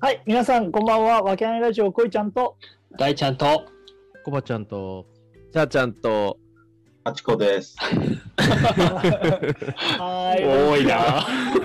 はい、皆さんこんばんは。わけないラジオこいちゃんと大ちゃんとコバちゃんとちゃちゃんとあちこです。 はい、 多いな。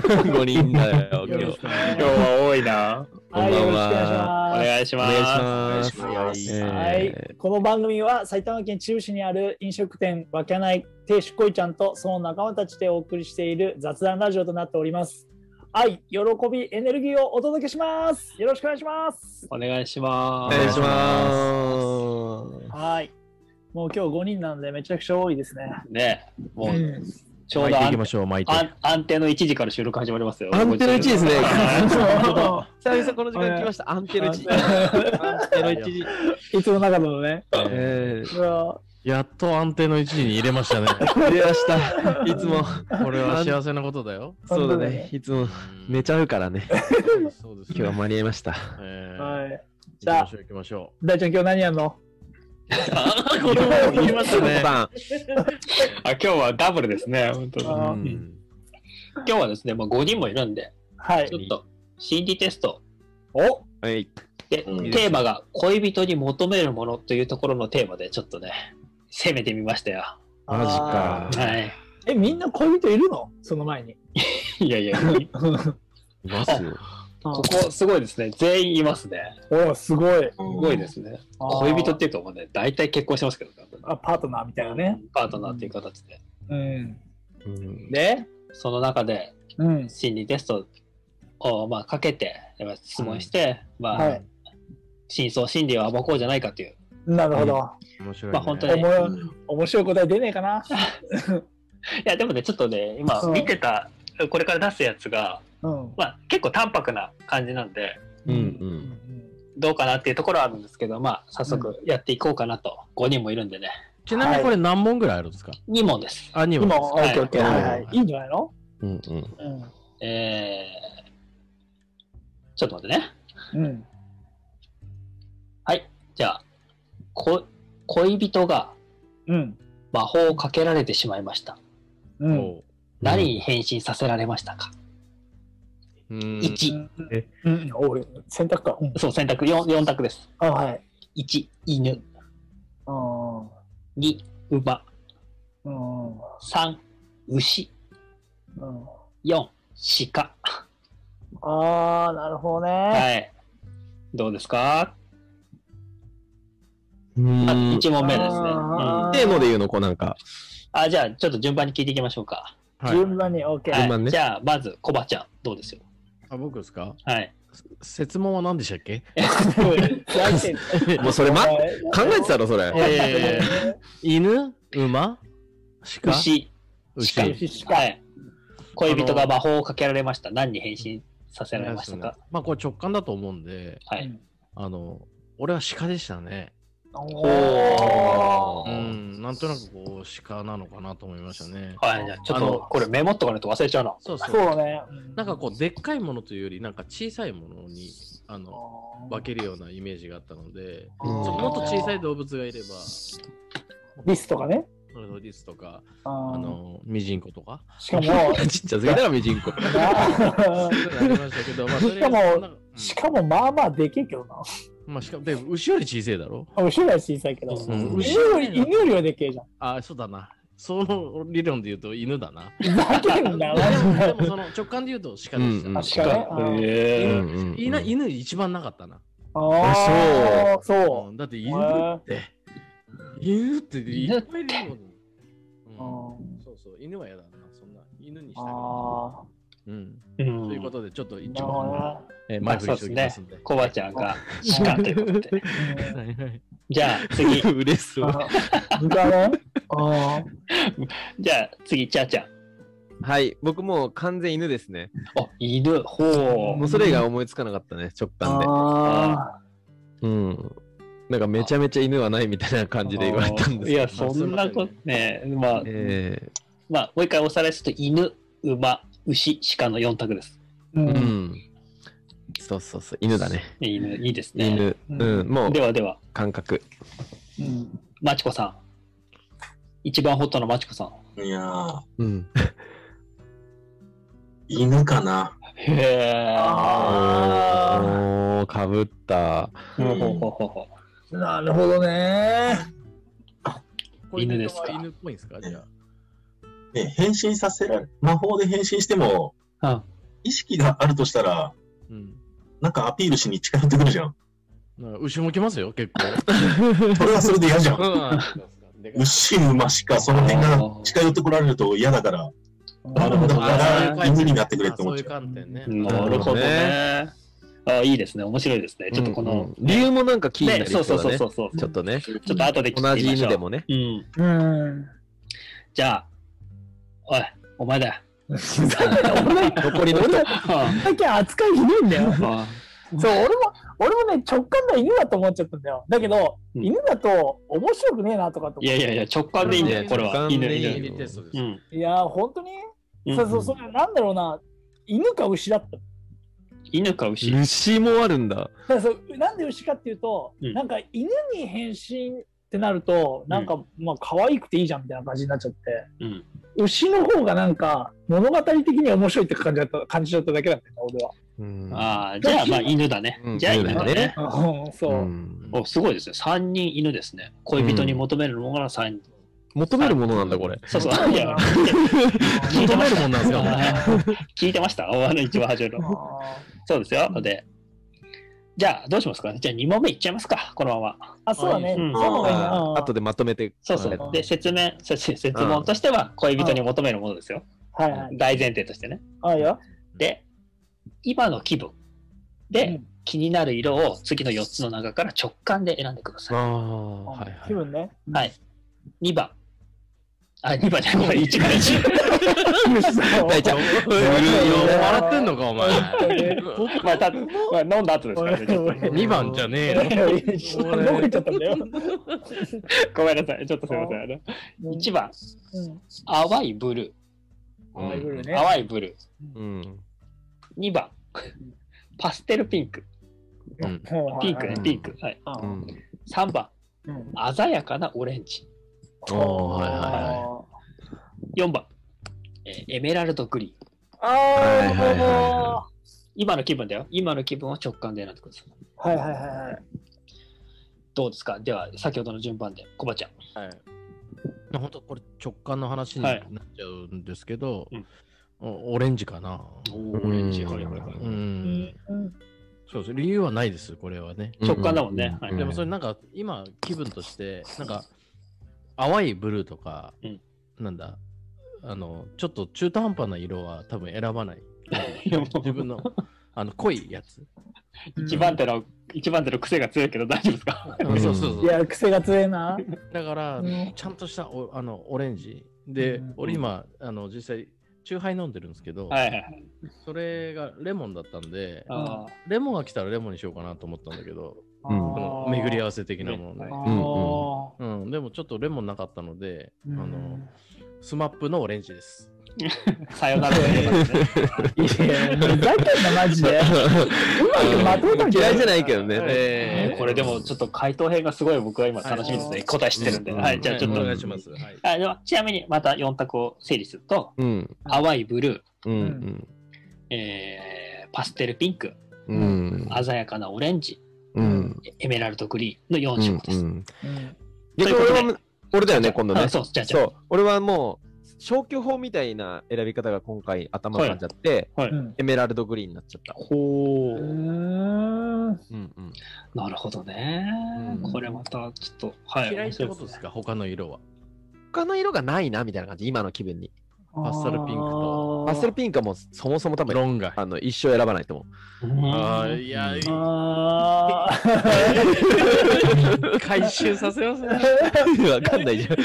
5人だよ、今日。 今日は多いな。 はい、よろしくお願いしおます。 願いしお願いします。 ます。 はい、この番組は埼玉県秩父市にある飲食店わけない亭主こいちゃんとその仲間たちでお送りしている雑談ラジオとなっております。愛、喜び、エネルギーをお届けします。よろしくお願いします。 お願いします。 お願いします。 はい、もう今日5人なんでめちゃくちゃ多いですね。 ね、もううんちょうど巻いていきましょう。巻いて。 安定の1時から収録始まりますよ。 アンテの1ですね。 は久々この時間来ました。アンテの1。アンテの1時。 いつもなかったのね。 やっと安定の1時に入れましたね。 入れました。いつも。 これは幸せなことだよ。 そうだね。いつも寝ちゃうからね。 そうです。 今日は間に合いました。 はい。 行きじゃあましょう行きましょ大ちゃん今日何やんの？ う。これも言いましたね。 今日はダブルですね。本当にあ今日はですね、5人もいるんで、 はいちょ。っと心理テストお、 はい。 で、テーマが恋人に求めるものというところのテーマでちょっとね、攻めてみましたよ。 マジかはい。 みんな恋人いるの？その前に。 いやいや、 いますよ。 ここすごいですね。全員いますね。 お、すごい。 すごいですね。恋人っていうかもうね、大体結婚してますけど、 パートナーみたいなね。 パートナーっていう形で。 うん。で、 その中でうん。 心理テストをかけて質問して、 はい。 真相心理を暴こうじゃないかという。 なるほど。 面白いね。 本当に面白い答え出ねえかな。 いやでもね、ちょっとね、今見てた、これから出すやつが、 うん。 結構淡白な感じなんで、 うんどうかなっていうところはあるんですけど、早速やっていこうかなと。5人もいるんでね。 ちなみにこれ何問ぐらいあるんですか？ 2問です。 あ、2問今、 です。 オッケーオッケー。はいはい。いいんじゃないの？ うん。 うん。 ちょっと待ってね。 うん。 はい。じゃあ、恋人がうん。 魔法をかけられてしまいました。 うん。 おう何に変身させられましたか？ うん。 1、 うん。おい、選択か。うん。 そう選択 4択です。 あ、はい。 1、犬。 う 2、馬。 ん。うん。 3、牛。 うん。 4、鹿。 あー、なるほどね。 はい。どうですかうん。 ?1 問目ですね。 せーので言うの、こうなんか。 じゃあ、ちょっと順番に聞いていきましょうか。 はい。 順番に OK。 はい順番ねじゃあ、まず、コバちゃん、どうですよ。 あ、僕ですか？ はい。 設問は何でしたっけ？ もうそれ考えてたろ、それ。 犬、馬、鹿、 牛。 牛。 鹿。 はい。恋人が魔法をかけられました。何に変身させられましたか？ まあこれ直感だと思うんで、 はい。 俺は鹿でしたね。 おー。 なんとなくこう鹿なのかなと思いましたね。 はい。じゃあ、ちょっと、これメモっとかないと忘れちゃうな。 そうそうだね。 なんかこうでっかいものというよりなんか小さいものに分けるようなイメージがあったので、もっと小さい動物がいればリスとかね。 リスとかミジンコとかしかも、 ちっちゃすぎだろ、ミジンコ。 そういうのありましたけど、まあそれしかもまあまあでけえけどな。 まあしかもで牛より小さいだろ。 牛よりは小さいけど、 うん牛より犬よりはでけえじゃん。 あ、そうだな。その理論で言うと犬だな。 だけんだな。 でもその直感で言うと鹿でした。 鹿ね。 犬一番なかったな。 ああ、そう。 だって犬っていっぱいいるのに。そうそう、犬は嫌だな。そんな犬にしたら。ということで、ちょっと一応前振りしておきますんで。 コバちゃんが鹿ということで。じゃあ次。 嬉しそう。 じゃあ次、ちゃーちゃん。 はい、僕もう完全犬ですね。 あ、犬。ほう。 もうそれ以外思いつかなかったね、直感で。なんかめちゃめちゃ犬はないみたいな感じで言われたんですけど。 いや、そんなことね。もう一回おさらいすると、犬、馬、牛、鹿の4択です。 そうそうそう、犬だね。 犬、いいですね。 犬。もう、 では、 感覚。 まちこさん。一番ホットなまちこさん。 いやー、 犬かな。 へえ。 おー、かぶった。 なるほどね。 犬ですか。 犬っぽいんですか、じゃあ。 ね、変身させられ、魔法で変身しても、意識があるとしたら、なんかアピールしに近寄ってくるじゃん。 牛も来ますよ、結構。 それはそれで嫌じゃん。牛、馬しかその辺が近寄ってこられると嫌だから、 なるほどね。 犬になってくれって思っちゃう。 そういう観点ね。 なるほどね。あ、いいですね。面白いですね。ちょっとこの理由もなんか気になりそうだね。 そう。 ちょっとね。 ちょっと後で聞いてみましょう。 同じ犬でもね。 じゃあ、おい、お前だよ。 残りの人。 だけ扱いひどいんだよ。そう、俺もね、直感が犬だと思っちゃったんだよ。だけど、犬だと面白くねえなとかと思って。 いや、直感でいいんだよ、これは。犬テストです。 いや、本当にそう、なんだろうな、犬か牛だった。 犬か牛。 牛もあるんだ。 なんで牛かっていうと、なんか犬に変身ってなると、なんかまあ可愛くていいじゃんみたいな感じになっちゃって、牛の方がなんか物語的に面白いって感じだっただけだった俺は。 ああ、じゃあまあ犬だね。じゃあ犬だね。 そう。 お、すごいですね。3人犬ですね。恋人に求めるものが3人。 求めるものなんだこれ。 そう。いや、 求めるものなんですか。 聞いてました。一番初めの。そうですよ。で、じゃあどうしますかね。じゃあ2問目いっちゃいますか。このまま。 あ、そうだね。 後でまとめて。 そう。で、説問としては恋人に求めるものですよ。大前提としてね。で、今の気分で気になる色を次の4つの中から直感で選んでください。 気分ね。 はい。2番。2番じゃない、1番。 大ちゃん。 笑ってんのか、お前。 まあ、飲んだ後ですからね。 2番じゃねえよ。 どこ行っちゃったんだよ。 ごめんなさい。ちょっとすいません。1番。淡いブルー。淡いブルー。2番。パステルピンク。ピンクね、ピンク。3番。鮮やかなオレンジ。4番。エメラルドグリーン。今の気分だよ。今の気分を直感で選んでください。どうですか。では、先ほどの順番で、コバちゃん。 本当これ直感の話になっちゃうんですけど、オレンジかな。 オレンジ。 そうです。理由はないです、これはね。 直感だもんね。 でもそれなんか、今、気分として、なんか、淡いブルーとか、なんだ、ちょっと中途半端な色は多分選ばない。自分の濃いやつ。 一番手の癖が強いけど大丈夫ですか。 いや、癖が強いな。 だから、ちゃんとしたオレンジで、俺今実際チューハイ飲んでるんですけど、それがレモンだったんで、レモンが来たらレモンにしようかなと思ったんだけど、巡り合わせ的なものね。でもちょっとレモンなかったので、スマップのオレンジです。 さよなら。いや、 だからマジで。うまくまとめた嫌いじゃないけどね。 これでもちょっと回答編がすごい僕は今楽しみですね。答え知ってるんで。はい、じゃあちょっとお願いします。ではちなみにまた4択を整理すると、淡いブルー、パステルピンク、鮮やかなオレンジ、エメラルドグリーンの4色です。 俺だよね、今度ね。 そう、 俺はもう消去法みたいな選び方が今回頭浮かんじゃって、エメラルドグリーンになっちゃった。 なるほどね。これまたちょっと、 嫌いってことですか、他の色は。 他の色がないなみたいな感じ、今の気分に。 パステルピンクと。 パステルピンクはもうそもそも多分一生選ばないと思う。 いや、回収させますね。 わかんないじゃん。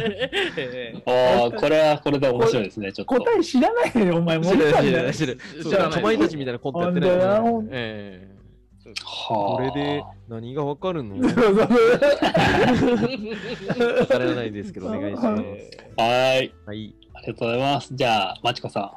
これはこれで面白いですね。ちょっと答え知らないよ、お前。 知らない。かまいたちみたいなコントやってない。これで何がわかるの？わからないですけど、お願いします。 はい。ありがとうございます。じゃあ、まちこさん。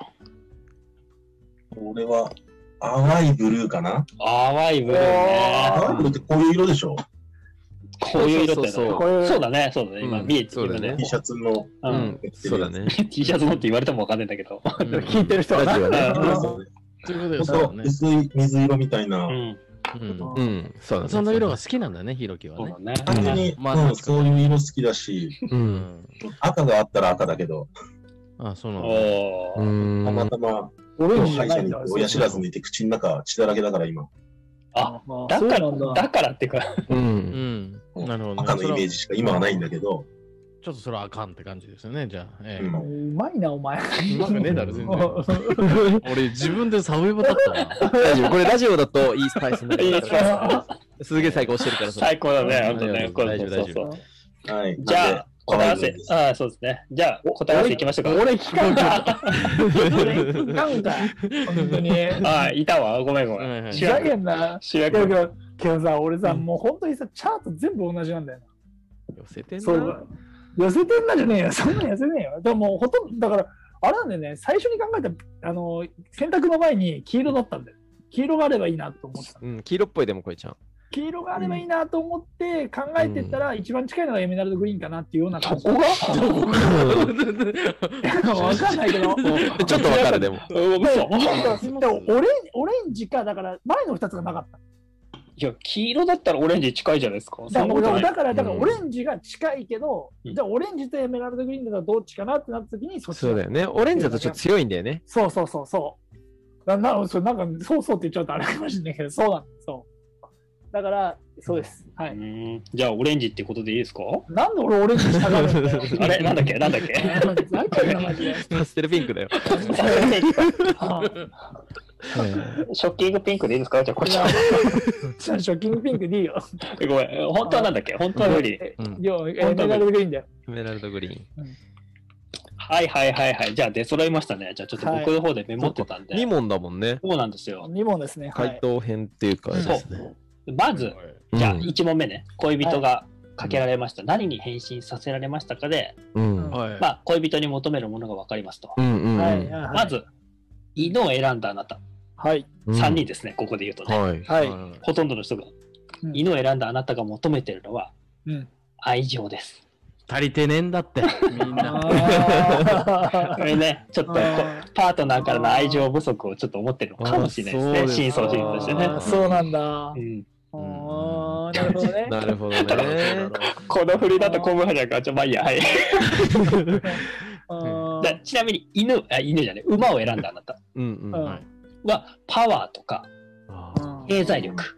俺は淡いブルーかな。 淡いブルーね。 淡いブルーってこういう色でしょ。 こういう色ってそうだね。今見えてるね。 T シャツの。 そうだね。 T シャツのって言われてもわかんないんだけど。 聞いてる人はね。 ということで、 薄い水色みたいな。 その色が好きなんだね、ひろきはね。 単純にそういう色好きだし、赤があったら赤だけど。 あ、そうなんだ。たまたま、歯医者に親知らず抜いて口の中血だらけだから今。 あ、だからっていうか。 なるほど。 赤のイメージしか今はないんだけど。 ちょっとそれはあかんって感じですよね、じゃあ。 うまいな、お前。うまくねえだろ、全然。俺、自分でサブイボだったわ。 大丈夫。これラジオだといいスパイスになる。すげえ最高してるから。 最高だね、本当ね。 大丈夫、大丈夫。はい。 じゃあ、答え合わせ。そうですね。じゃあ、答え合わせいきましょうか。 俺聞かんか。俺聞かんか。本当に。 いたわ。ごめん。 主役やんな。主役。けどさ、俺さ、もう本当にさ、チャート全部同じなんだよな。 寄せてんな。 寄せてんなじゃねえよ。そんな寄せねえよ。でもほとんど、だから、あれなんだよね、最初に考えた、選択の前に黄色だったんだよ。黄色があればいいなと思ってた。 黄色っぽいでもこいちゃん。 黄色があればいいなと思って考えてったら、一番近いのがエメラルドグリーンかなっていうような感じ。 そこがわかんないけど。 ちょっとわかる、でも。 でもオレンジか、だから前の2つがなかった。 いや、黄色だったらオレンジ近いじゃないですか。 だからオレンジが近いけど、じゃあオレンジとエメラルドグリーンだったらどっちかなってなった時にそうだよね。オレンジだとちょっと強いんだよね。 そう。なんかそうって言っちゃうとあれかもしれないけど、そうなんです。そう。だから、そうです。はい。 じゃあ、オレンジってことでいいですか？ なんで俺オレンジしたがるんだよ。 あれなんだっけ何マジで。 パステルピンクだよ。 ショッキングピンクでいいですか？じゃあ、これ。ショッキングピンクでいいよ。 ごめん。本当はなんだっけ？本当はグリーン。 エメラルドグリーンだよ。 エメラルドグリーン。 はい。じゃあ、出揃いましたね。じゃあ、ちょっと僕の方でメモってたんで。 2問だもんね。 そうなんですよ。 2問ですね。 回答編っていうかですね。 まず、じゃあ1問目ね、恋人がかけられました。何に変身させられましたかで、まあ、恋人に求めるものが分かりますと。まず、犬を選んだあなた。3人ですね、ここで言うとね。ほとんどの人が。犬を選んだあなたが求めているのは、愛情です。 足りてねえんだって、みんな。 これね、ちょっとパートナーからの愛情不足をちょっと思ってるのかもしれないですね、深層心理としてね。 そうなんだ。なるほどね。 なるほどね。 この振りだとコムハジャか、まあいいや、はい。ちなみに犬じゃね、馬を選んだあなたはパワーとか経済力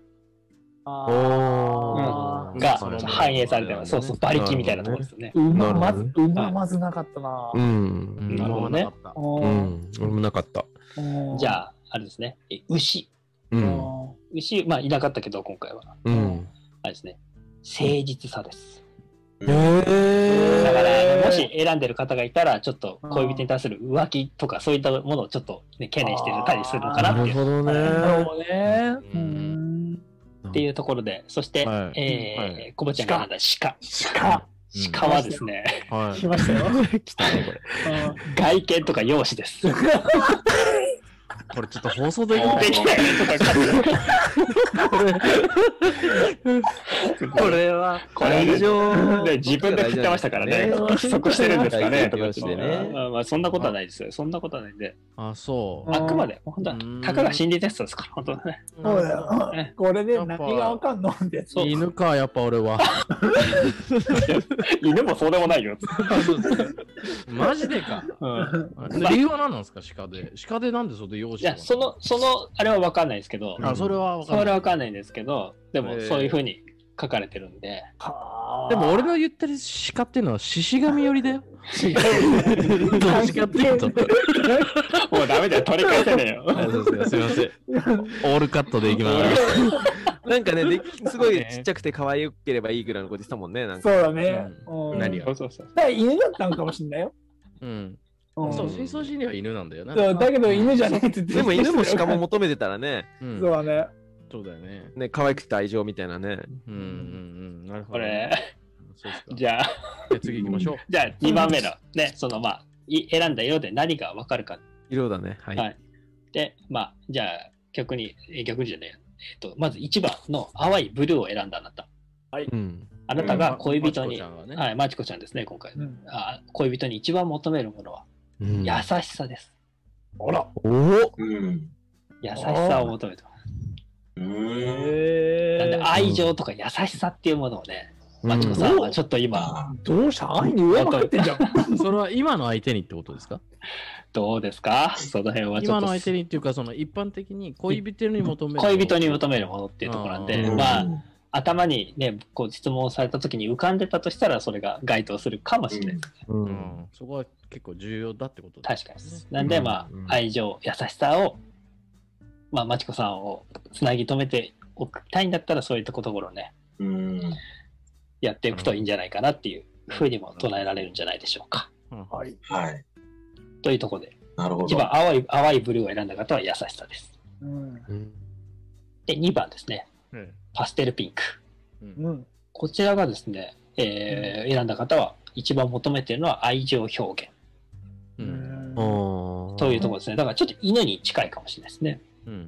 が反映されてます。そう、馬力みたいなところですよね。 馬まずなかったな。 なるほどね。 俺もなかった。 じゃあ、あれですね、牛。まあいなかったけど今回は。あれですね、誠実さです。だからもし選んでる方がいたらちょっと恋人に対する浮気とかそういったものをちょっと懸念してたりするのかなっていう。 なるほどね。 っていうところで、そしてコボちゃんが選んだ鹿はですね、 来ましたよ。 来たねこれ。 外見とか容姿です。 これちょっと放送できない。 これは愛情で自分で振ってましたからね。規則してるんですかね。まあそんなことはないですよ。そんなことはないんで。 あ、そう。 あくまで本当はたかが心理テストですから本当はね。 そうだよ。これで何がわかんのって。 犬かやっぱ俺は。 犬もそうでもないよ。 マジでか。理由は何なんですか鹿で。鹿でなんでそれで容姿？ いやそのあれは分かんないですけど、 それは分かんないんですけど、でもそういうふうに書かれてるんで。 でも俺の言ってる鹿っていうのは獅子神寄りだよ。どっちかっていうと。 もうダメだよ、取り返せねえよ。 すいません。オールカットでいきます。 なんかね、すごいちっちゃくて可愛ければいいぐらいの子でしたもんね。 そうだね。 何が？ だから犬だったのかもしれないよ。 そう、深層心理は犬なんだよね。 だけど犬じゃねえって言って。 でも犬も鹿も求めてたらね。 そうだね。 そうだよね。 ね、可愛くて愛情みたいなね。 なるほど。 これ、じゃあ、 次行きましょう。 じゃあ、2番目のね、そのまあ、選んだ色で何がわかるか。 色だね。はい。 で、まあ、じゃあ、逆にじゃねえ。まず1番の淡いブルーを選んだあなた。 はい。 あなたが恋人に、はい、まちこちゃんですね、今回。恋人に一番求めるものは、優しさです。 あら。 優しさを求めてます。なんで愛情とか優しさっていうものをね、マチコさんはちょっと今、 どうした愛に上まくってんじゃん。 それは今の相手にってことですか？ どうですか？その辺はちょっと。 今の相手にっていうか、その一般的に恋人に求める。 恋人に求めるものっていうところなんで、まあ、頭にね、こう質問されたときに浮かんでたとしたら、それが該当するかもしれないですね。 そこは結構重要だってことですね。確かに。なんで、まあ、愛情、優しさを、まあ、マチコさんをつなぎ止めておきたいんだったら、そういったところをね、やっていくといいんじゃないかなっていうふうにも捉えられるんじゃないでしょうか。 はい。 というところで、 なるほど。 一番淡いブルーを選んだ方は優しさです。で、2番ですね。パステルピンク。こちらがですね、選んだ方は一番求めているのは愛情表現。というところですね。だからちょっと犬に近いかもしれないですね。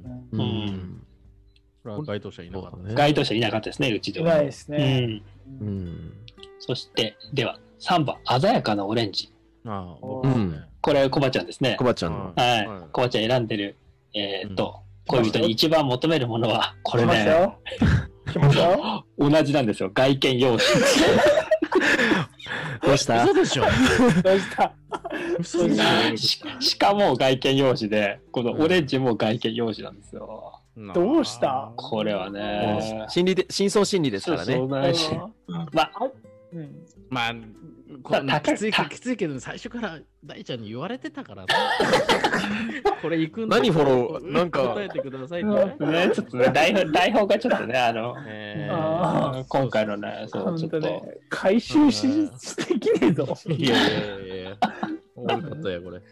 該当者いなかったね。該当者いなかったですね、うちでは。 ないですね。 そして、では、3番、鮮やかなオレンジ。これ、コバちゃんですね。 コバちゃんの。 はい。コバちゃん選んでる、恋人に一番求めるものは、これね、同じなんですよ。外見容姿。 どうした？ 嘘でしょ。どうした？ 嘘でしょ。しかも外見容姿で、このオレンジも外見容姿なんですよ。 どうした？ これはね、 深層心理ですからね。 まあ、きついけど、最初から大ちゃんに言われてたから、これ行くんだ。 何フォロー、なんか。 答えてくださいってね。ちょっとね、台本がちょっとね、今回のね、そう、ちょっと。 回収しできねえぞ。 いや。悪かったや、これ。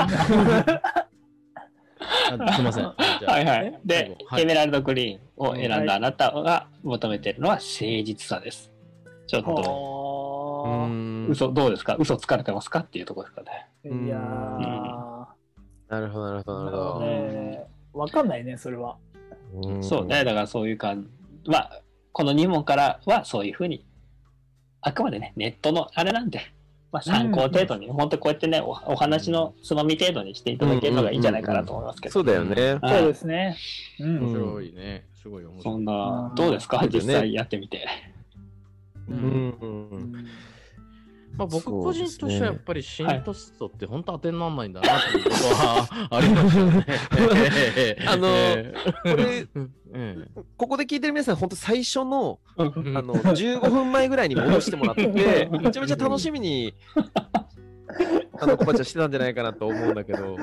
すみません。 はいはい。で、エメラルドグリーンを選んだあなたが求めているのは誠実さです。ちょっと。どうですか？嘘つかれてますかっていうところですかね。 いやなるほど、なるほど、なるほど。わかんないね、それは。 そうね、だからそういう感じ。まあ、この2問からはそういうふうに、あくまでね、ネットのあれなんで、まあ、参考程度に、本当こうやってね、お話のつまみ程度にしていただけるのがいいんじゃないかなと思いますけど。 そうだよね。 そうですね。 面白いね。すごい面白い。 そんな、どうですか？実際やってみて。 まあ僕個人としてはやっぱりシントストって本当当てにならないんだなっていうことはありますよね。 ここで聞いてる皆さん、本当最初の15分前ぐらいに戻してもらって、めちゃめちゃ楽しみにコバちゃんしてたんじゃないかなと思うんだけど。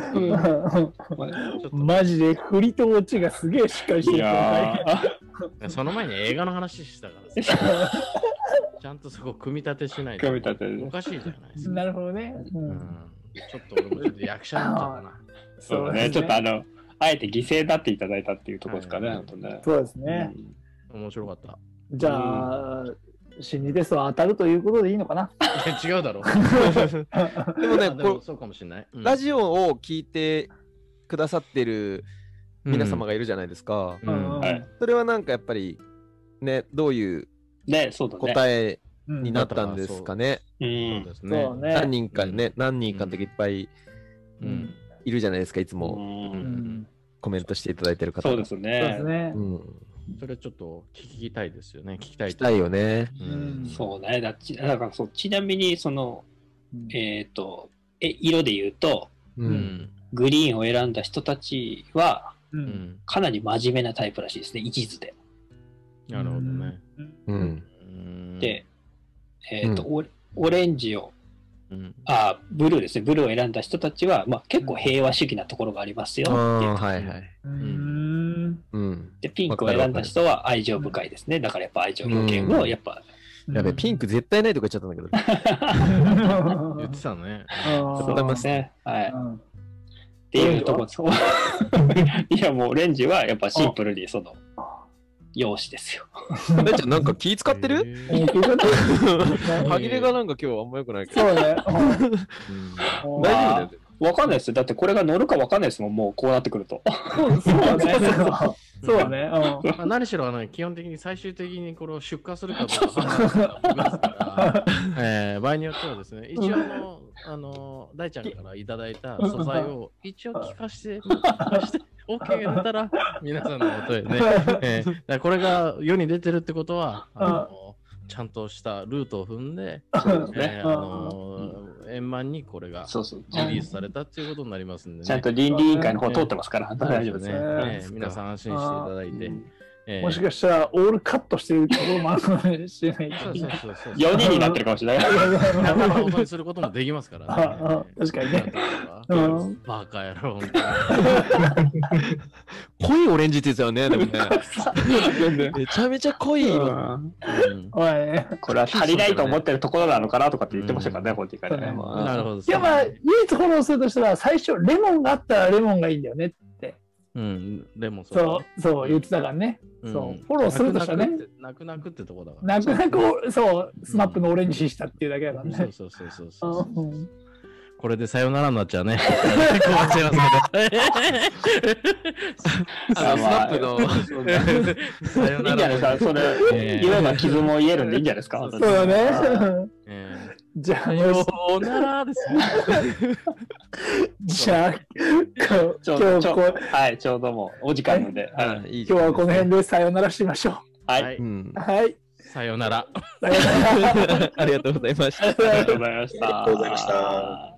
マジで振りと落ちがすげえしっかりしてる。その前に映画の話したからさ。ちゃんとそこ組み立てしないとおかしいじゃないですか。 なるほどね。 ちょっと俺も役者になっちゃったな。 そうね、ちょっとあえて犠牲になっていただいたっていうところですかね。 そうですね。 面白かった。 じゃあ、心理テストは当たるということでいいのかな？ 違うだろう。 でもね、 そうかもしれない。 ラジオを聞いてくださってる皆様がいるじゃないですか。それはなんかやっぱりね、どういう答えになったんですかね。何人かね、何人かの時いっぱいいるじゃないですか、いつもコメントしていただいてる方。 そうですね。 それちょっと聞きたいですよね。聞きたいよね。 そうね。だからちなみに色で言うと、グリーンを選んだ人たちはかなり真面目なタイプらしいですね、一途で。 なるほどね。 で、オレンジを、ブルーですね。ブルーを選んだ人たちは、まあ、結構平和主義なところがありますよっていう。で、ピンクを選んだ人は愛情深いですね。だからやっぱ愛情表現をやっぱ。 やべ、ピンク絶対ないとか言っちゃったんだけど。言ってたね。 そうですね。はい。っていうところ。いや、もうオレンジはやっぱシンプルに容姿ですよ。 大ちゃんなんか気使ってる？歯切れがなんか今日あんま良くないけど。 そうね。 大丈夫だよ。わかんないですよ。だってこれが乗るかわかんないですもん。もうこうなってくると。 そうだね。そうだね。 何しろ基本的に最終的にこれを出荷するかどうか場合によってはですね、一応大ちゃんからいただいた素材を一応聞かして OK が出たら、皆さんの元へね。これが世に出てるってことは、ちゃんとしたルートを踏んで、円満にこれがリリースされたっていうことになりますんでね。 ちゃんと倫理委員会の方通ってますから、大丈夫ですね。皆さん安心していただいて。 もしかしたらオールカットしてるところもあるかもしれない。 4人になってるかもしれない。 生放送にすることもできますからね。 確かにね。 バカ野郎。 濃いオレンジって言ってたよね、でもね。めちゃめちゃ濃い色。 これは足りないと思ってるところなのかなとかって言ってましたからね、本人からね。 なるほど。 いや、まあ、唯一フォローするとしたら、最初、レモンがあったらレモンがいいんだよねって。 レモンそう言ってたからね。そう、フォローするとしたらね。 泣く泣くってとこだから。 泣く泣く、そう、スマップのオレンジしたっていうだけだからね。 そう。これでさよならになっちゃうね。困っちゃいますけど。 スナップの。 いいんじゃないですか、それ。言えば傷も癒えるんでいいんじゃないですか。 そうだね。じゃあ、 ようならですね。 じゃあ、今日はい、ちょうどもうお時間なので、 今日はこの辺でさよならしましょう。 はい。 はい。 さよなら。 ありがとうございました。 ありがとうございました。 ありがとうございました。